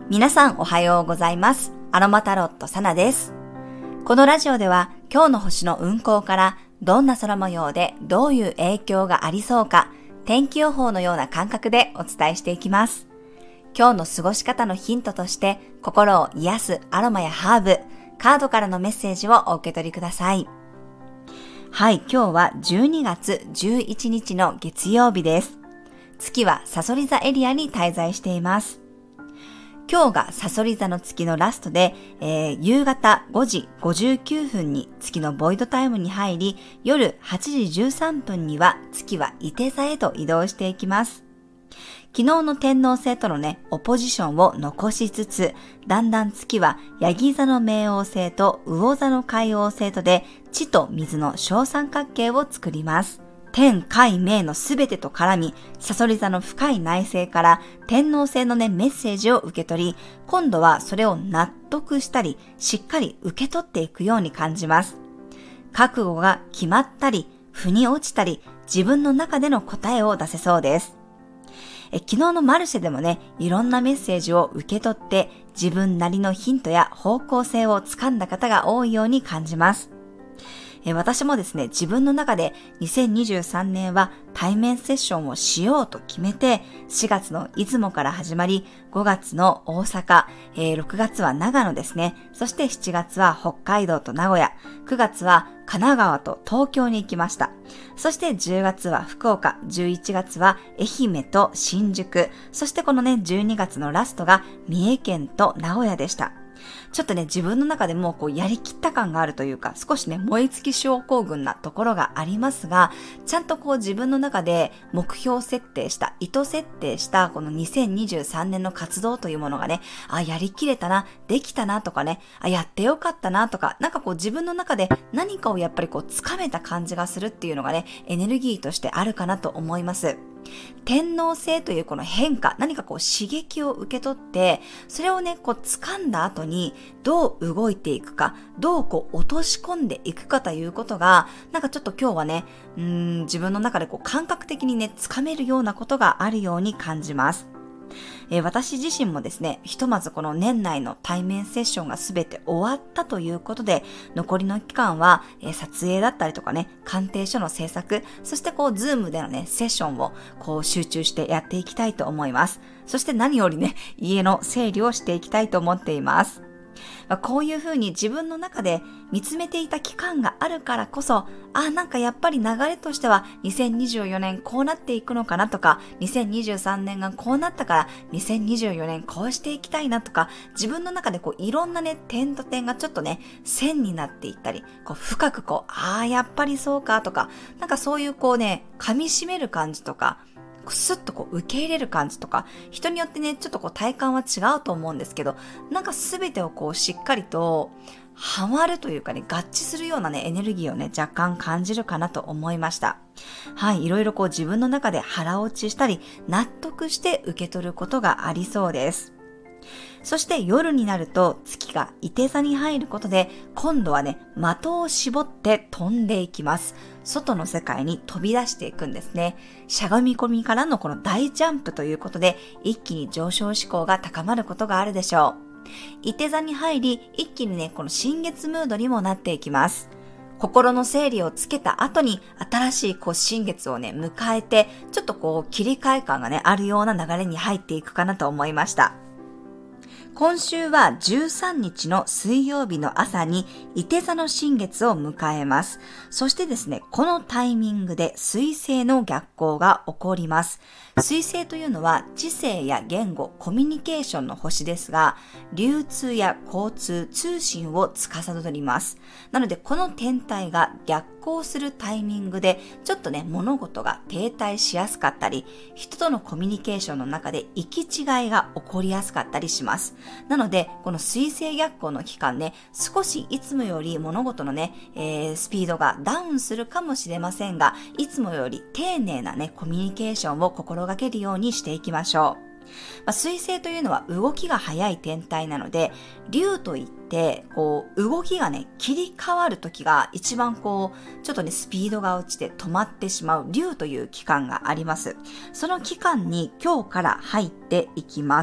皆さんおはようございます。アロマタロットサナです。このラジオでは今日の星の運行からどんな空模様でどういう影響がありそうか、天気予報のような感覚でお伝えしていきます。今日の過ごし方のヒントとして心を癒すアロマやハーブ、カードからのメッセージをお受け取りください。はい、今日は12月11日の月曜日です。月はさそり座エリアに滞在しています。今日がさそり座の月のラストで、夕方5時59分に月のボイドタイムに入り、夜8時13分には月は射手座へと移動していきます。昨日の天王星とのオポジションを残しつつ、だんだん月はヤギ座の冥王星と魚座の海王星とで、地と水の小三角形を作ります。天海冥のすべてと絡み、さそり座の深い内省から天王星のメッセージを受け取り、今度はそれを納得したり、しっかり受け取っていくように感じます。覚悟が決まったり、腑に落ちたり、自分の中での答えを出せそうです。昨日のマルシェでもいろんなメッセージを受け取って、自分なりのヒントや方向性をつかんだ方が多いように感じます。私も自分の中で2023年は対面セッションをしようと決めて、4月の出雲から始まり、5月の大阪、6月は長野ですね。そして7月は北海道と名古屋、9月は神奈川と東京に行きました。そして10月は福岡、11月は愛媛と新宿、そしてこの12月のラストが三重県と名古屋でした。ちょっと自分の中でもやりきった感があるというか、少し燃え尽き症候群なところがありますが、ちゃんと自分の中で目標設定した、意図設定したこの2023年の活動というものがやりきれたな、できたなとかやってよかったなとか、自分の中で何かをやっぱりつかめた感じがするっていうのがエネルギーとしてあるかなと思います。天王星というこの変化、何か刺激を受け取って、それを掴んだ後にどう動いていくか、どう落とし込んでいくかということが、ちょっと今日は自分の中で感覚的に掴めるようなことがあるように感じます。私自身もひとまずこの年内の対面セッションがすべて終わったということで、残りの期間は、撮影だったりとか鑑定書の制作、そしてズームでのセッションを集中してやっていきたいと思います。そして何より家の整理をしていきたいと思っています。こういうふうに自分の中で見つめていた期間があるからこそ、やっぱり流れとしては2024年こうなっていくのかなとか、2023年がこうなったから2024年こうしていきたいなとか、自分の中でいろんな点と点がちょっと線になっていったり、深くやっぱりそうかとか、そういう噛み締める感じとか、スッと受け入れる感じとか、人によってちょっと体感は違うと思うんですけど、全てをしっかりとハマるというか合致するようなエネルギーを若干感じるかなと思いました。はい、いろいろ自分の中で腹落ちしたり、納得して受け取ることがありそうです。そして夜になると月が射手座に入ることで、今度は的を絞って飛んでいきます。外の世界に飛び出していくんですね。しゃがみ込みからのこの大ジャンプということで、一気に上昇志向が高まることがあるでしょう。射手座に入り、一気にこの新月ムードにもなっていきます。心の整理をつけた後に新しい新月を迎えて、ちょっと切り替え感があるような流れに入っていくかなと思いました。今週は13日の水曜日の朝に射手座の新月を迎えます。そしてこのタイミングで水星の逆行が起こります。水星というのは知性や言語、コミュニケーションの星ですが、流通や交通、通信を司ります。なのでこの天体が逆行するタイミングで、ちょっと物事が停滞しやすかったり、人とのコミュニケーションの中で行き違いが起こりやすかったりします。なので、この水星逆行の期間少しいつもより物事のスピードがダウンするかもしれませんが、いつもより丁寧なコミュニケーションを心がけるようにしていきましょう。水星というのは動きが速い天体なので、竜といって動きが切り替わる時が一番ちょっとスピードが落ちて止まってしまう竜という期間があります。その期間に今日から入っていきます。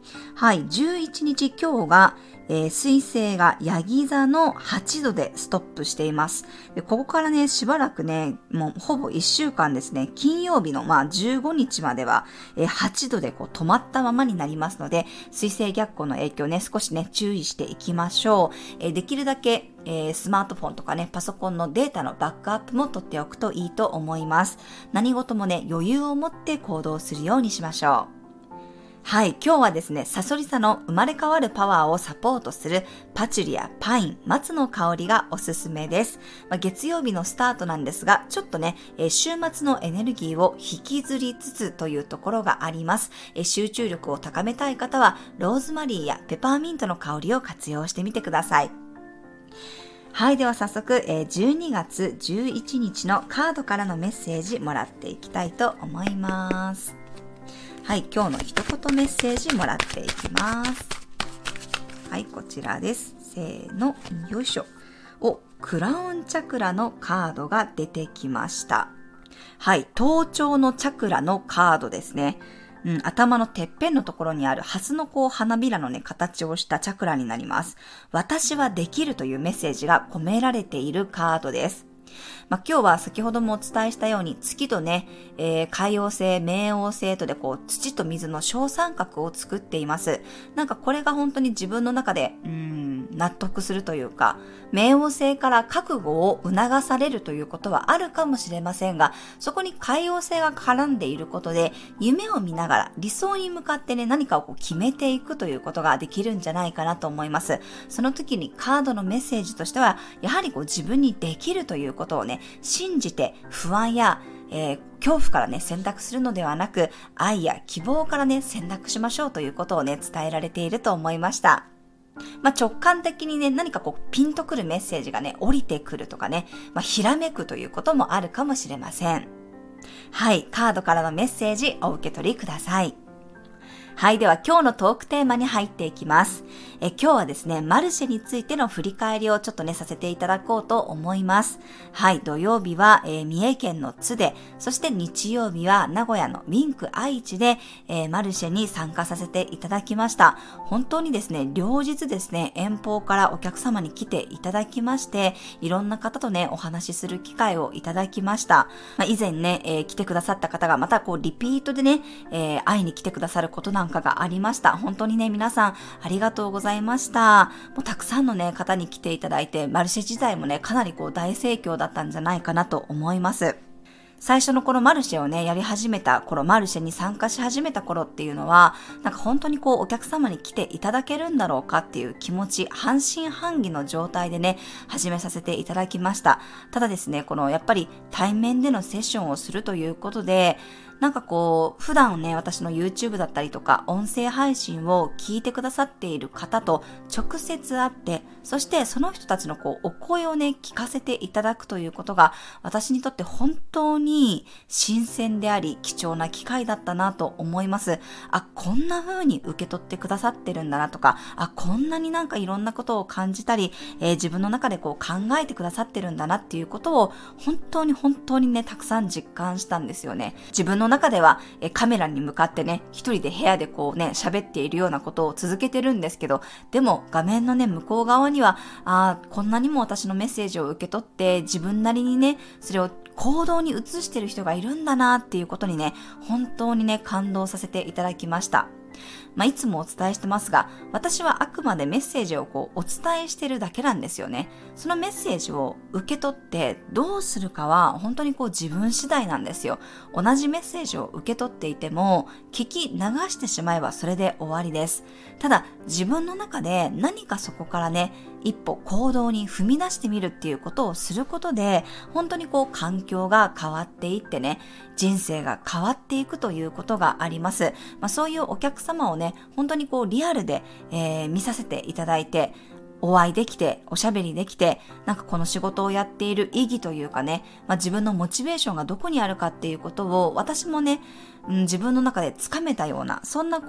はい、11日今日が、水星がヤギ座の8度でストップしています。で、ここからね、しばらくね、もうほぼ1週間ですね、金曜日の15日までは、8度でこう止まったままになりますので、水星逆行の影響ね、少しね、注意していきましょう。できるだけ、スマートフォンとかね、パソコンのデータのバックアップも取っておくといいと思います。何事もね、余裕を持って行動するようにしましょう。はい、今日はですね、サソリ座の生まれ変わるパワーをサポートするパチュリやパイン、松の香りがおすすめです。月曜日のスタートなんですが、ちょっとね、週末のエネルギーを引きずりつつというところがあります。集中力を高めたい方は、ローズマリーやペパーミントの香りを活用してみてください。はい、では早速、12月11日のカードからのメッセージもらっていきたいと思います。はい、今日の一言メッセージもらっていきます。はい、こちらです。せーの、よいしょ。クラウンチャクラのカードが出てきました。はい、頭頂のチャクラのカードですね。頭のてっぺんのところにあるハスの花びらのね、形をしたチャクラになります。私はできるというメッセージが込められているカードです。今日は先ほどもお伝えしたように月とね、海王星、冥王星とで土と水の小三角を作っています。なんかこれが本当に自分の中で納得するというか、冥王星から覚悟を促されるということはあるかもしれませんが、そこに海王星が絡んでいることで夢を見ながら理想に向かってね、何かを決めていくということができるんじゃないかなと思います。その時にカードのメッセージとしては、やはり自分にできるということをね、信じて不安や、恐怖からね、選択するのではなく、愛や希望からね、選択しましょうということをね、伝えられていると思いました。直感的にね、何かピンとくるメッセージがね、降りてくるとかね、ひらめくということもあるかもしれません。はい、カードからのメッセージお受け取りください。はい、では今日のトークテーマに入っていきます。今日はですね、マルシェについての振り返りをちょっとね、させていただこうと思います。はい、土曜日は、三重県の津で、そして日曜日は名古屋のウィンク愛知で、マルシェに参加させていただきました。本当にですね、両日ですね、遠方からお客様に来ていただきまして、いろんな方とね、お話しする機会をいただきました。以前ね、来てくださった方がまたリピートでね、会いに来てくださることなんかがありました。本当にね、皆さんありがとうございました。もうたくさんのね、方に来ていただいて、マルシェ自体もね、かなり大盛況だったんじゃないかなと思います。最初のマルシェをね、やり始めた頃、マルシェに参加し始めた頃っていうのは、なんか本当にお客様に来ていただけるんだろうかっていう気持ち、半信半疑の状態でね、始めさせていただきました。ただですね、やっぱり対面でのセッションをするということで、なんか普段ね、私の YouTube だったりとか、音声配信を聞いてくださっている方と直接会って、そしてその人たちのお声をね、聞かせていただくということが、私にとって本当に新鮮であり、貴重な機会だったなと思います。こんな風に受け取ってくださってるんだなとか、こんなになんかいろんなことを感じたり、自分の中で考えてくださってるんだなっていうことを、本当にね、たくさん実感したんですよね。自分の中ではカメラに向かってね、一人で部屋で喋っているようなことを続けてるんですけど、でも画面のね、向こう側には、こんなにも私のメッセージを受け取って、自分なりにね、それを行動に移してる人がいるんだなっていうことにね、本当にね、感動させていただきました。いつもお伝えしてますが、私はあくまでメッセージをお伝えしてるだけなんですよね。そのメッセージを受け取ってどうするかは本当に自分次第なんですよ。同じメッセージを受け取っていても、聞き流してしまえばそれで終わりです。ただ自分の中で何かそこからね、一歩行動に踏み出してみるっていうことをすることで、本当に環境が変わっていってね、人生が変わっていくということがあります。そういうお客様をね、本当にリアルで、見させていただいて、お会いできて、おしゃべりできて、なんかこの仕事をやっている意義というかね、自分のモチベーションがどこにあるかっていうことを私もね、自分の中でつかめたような、そんな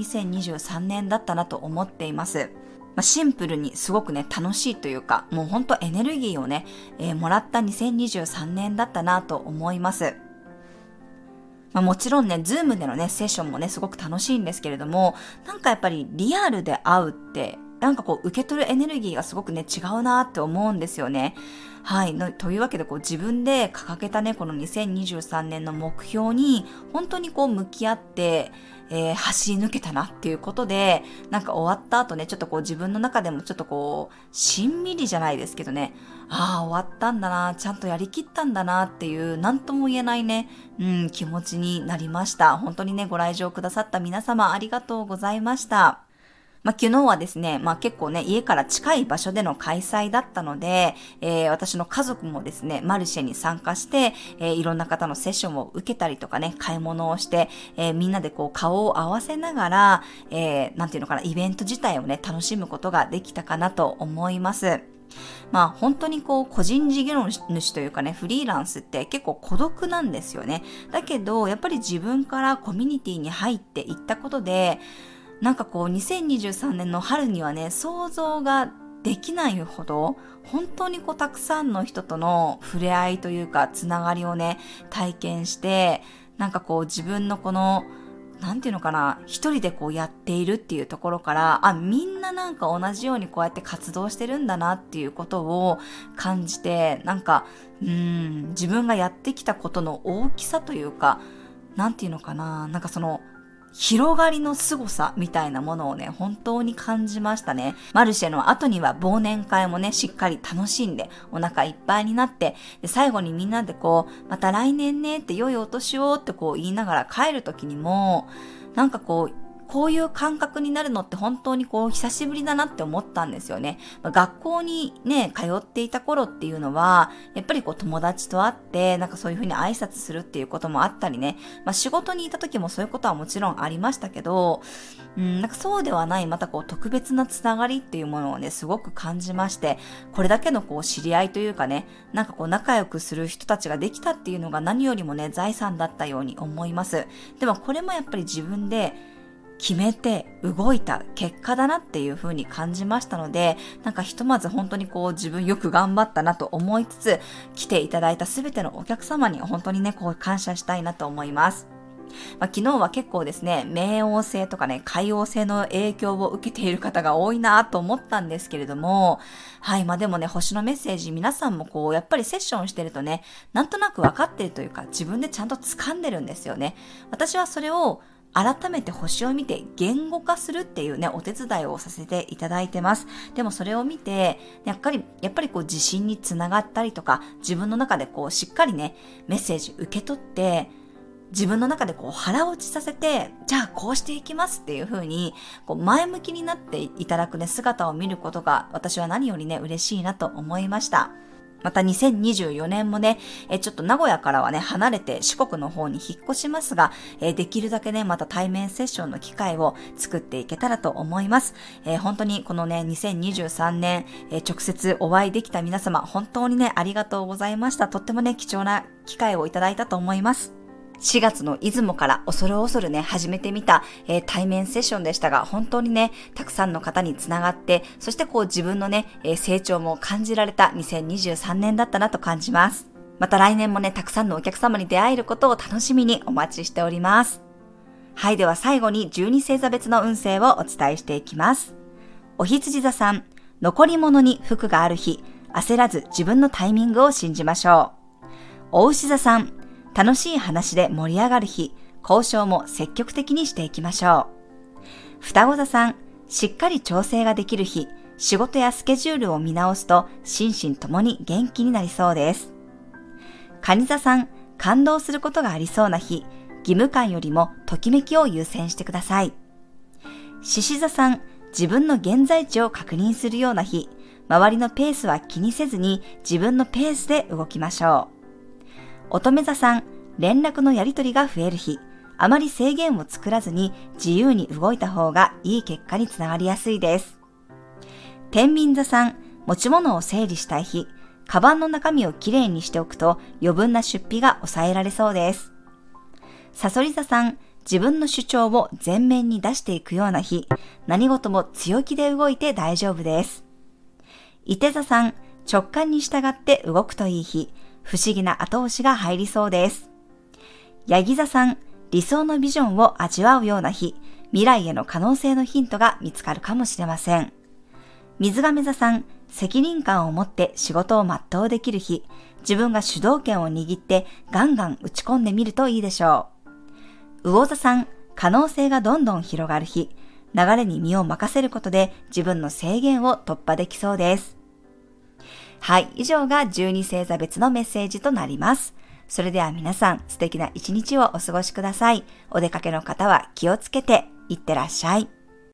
2023年だったなと思っています。シンプルにすごくね、楽しいというか、もう本当エネルギーをね、もらった2023年だったなと思います。 もちろんね、ズームでのね、セッションもね、すごく楽しいんですけれども、なんかやっぱりリアルで会うって、なんかこう受け取るエネルギーがすごくね、違うなって思うんですよね。はい。というわけで自分で掲げたね、この2023年の目標に、本当に向き合って、走り抜けたなっていうことで、なんか終わった後ね、ちょっと自分の中でもちょっとしんみりじゃないですけどね、終わったんだな、ちゃんとやりきったんだなっていう、なんとも言えないね、気持ちになりました。本当にね、ご来場くださった皆様ありがとうございました。昨日はですね、結構ね、家から近い場所での開催だったので、私の家族もですね、マルシェに参加して、いろんな方のセッションを受けたりとかね、買い物をして、みんなで顔を合わせながら、なんていうのかな、イベント自体をね、楽しむことができたかなと思います。本当に個人事業主というかね、フリーランスって結構孤独なんですよね。だけど、やっぱり自分からコミュニティに入っていったことで、なんか2023年の春にはね、想像ができないほど、本当にたくさんの人との触れ合いというか、つながりをね、体験して、なんか自分のなんていうのかな、一人でやっているっていうところから、みんななんか同じようにこうやって活動してるんだなっていうことを感じて、なんか、自分がやってきたことの大きさというか、なんていうのかな、なんか広がりの凄さみたいなものをね、本当に感じましたね。マルシェの後には忘年会もね、しっかり楽しんで、お腹いっぱいになって、で最後にみんなでまた来年ねって良いお年をって言いながら帰る時にも、なんかこういう感覚になるのって本当に久しぶりだなって思ったんですよね。学校にね、通っていた頃っていうのは、やっぱり友達と会って、なんかそういうふうに挨拶するっていうこともあったりね、仕事にいた時もそういうことはもちろんありましたけど、なんかそうではない、また特別なつながりっていうものをね、すごく感じまして、これだけの知り合いというかね、なんか仲良くする人たちができたっていうのが何よりもね、財産だったように思います。でもこれもやっぱり自分で、決めて動いた結果だなっていう風に感じましたので、なんかひとまず本当に自分よく頑張ったなと思いつつ、来ていただいたすべてのお客様に本当にね、感謝したいなと思います。昨日は結構ですね、冥王星とかね、海王星の影響を受けている方が多いなと思ったんですけれども、はい、でもね、星のメッセージ皆さんもやっぱりセッションしてるとね、なんとなく分かってるというか、自分でちゃんと掴んでるんですよね。私はそれを改めて星を見て言語化するっていうね、お手伝いをさせていただいてます。でもそれを見て、やっぱり自信につながったりとか、自分の中でしっかりね、メッセージ受け取って、自分の中で腹落ちさせて、じゃあこうしていきますっていう風に、前向きになっていただくね、姿を見ることが、私は何よりね、嬉しいなと思いました。また2024年もね、ちょっと名古屋からはね、離れて四国の方に引っ越しますが、できるだけね、また対面セッションの機会を作っていけたらと思います。本当にこのね、2023年、直接お会いできた皆様、本当にね、ありがとうございました。とってもね、貴重な機会をいただいたと思います。4月の出雲から恐る恐るね、始めてみた、対面セッションでしたが、本当にね、たくさんの方につながって、そして自分のね、成長も感じられた2023年だったなと感じます。また来年もね、たくさんのお客様に出会えることを楽しみにお待ちしております。はい、では最後に12星座別の運勢をお伝えしていきます。お羊座さん、残り物に福がある日、焦らず自分のタイミングを信じましょう。お牛座さん、楽しい話で盛り上がる日、交渉も積極的にしていきましょう。双子座さん、しっかり調整ができる日、仕事やスケジュールを見直すと心身ともに元気になりそうです。蟹座さん、感動することがありそうな日、義務感よりもときめきを優先してください。獅子座さん、自分の現在地を確認するような日、周りのペースは気にせずに自分のペースで動きましょう。乙女座さん、連絡のやり取りが増える日、あまり制限を作らずに自由に動いた方がいい結果につながりやすいです。天秤座さん、持ち物を整理したい日、カバンの中身をきれいにしておくと余分な出費が抑えられそうです。蠍座さん、自分の主張を前面に出していくような日、何事も強気で動いて大丈夫です。射手座さん、直感に従って動くといい日、不思議な後押しが入りそうです。 ヤギ座さん、理想のビジョンを味わうような日、未来への可能性のヒントが見つかるかもしれません。水亀座さん、責任感を持って仕事を全うできる日、自分が主導権を握ってガンガン打ち込んでみるといいでしょう。魚座さん、可能性がどんどん広がる日、流れに身を任せることで自分の制限を突破できそうです。はい、以上が12星座別のメッセージとなります。それでは皆さん、素敵な一日をお過ごしください。お出かけの方は気をつけていってらっしゃい。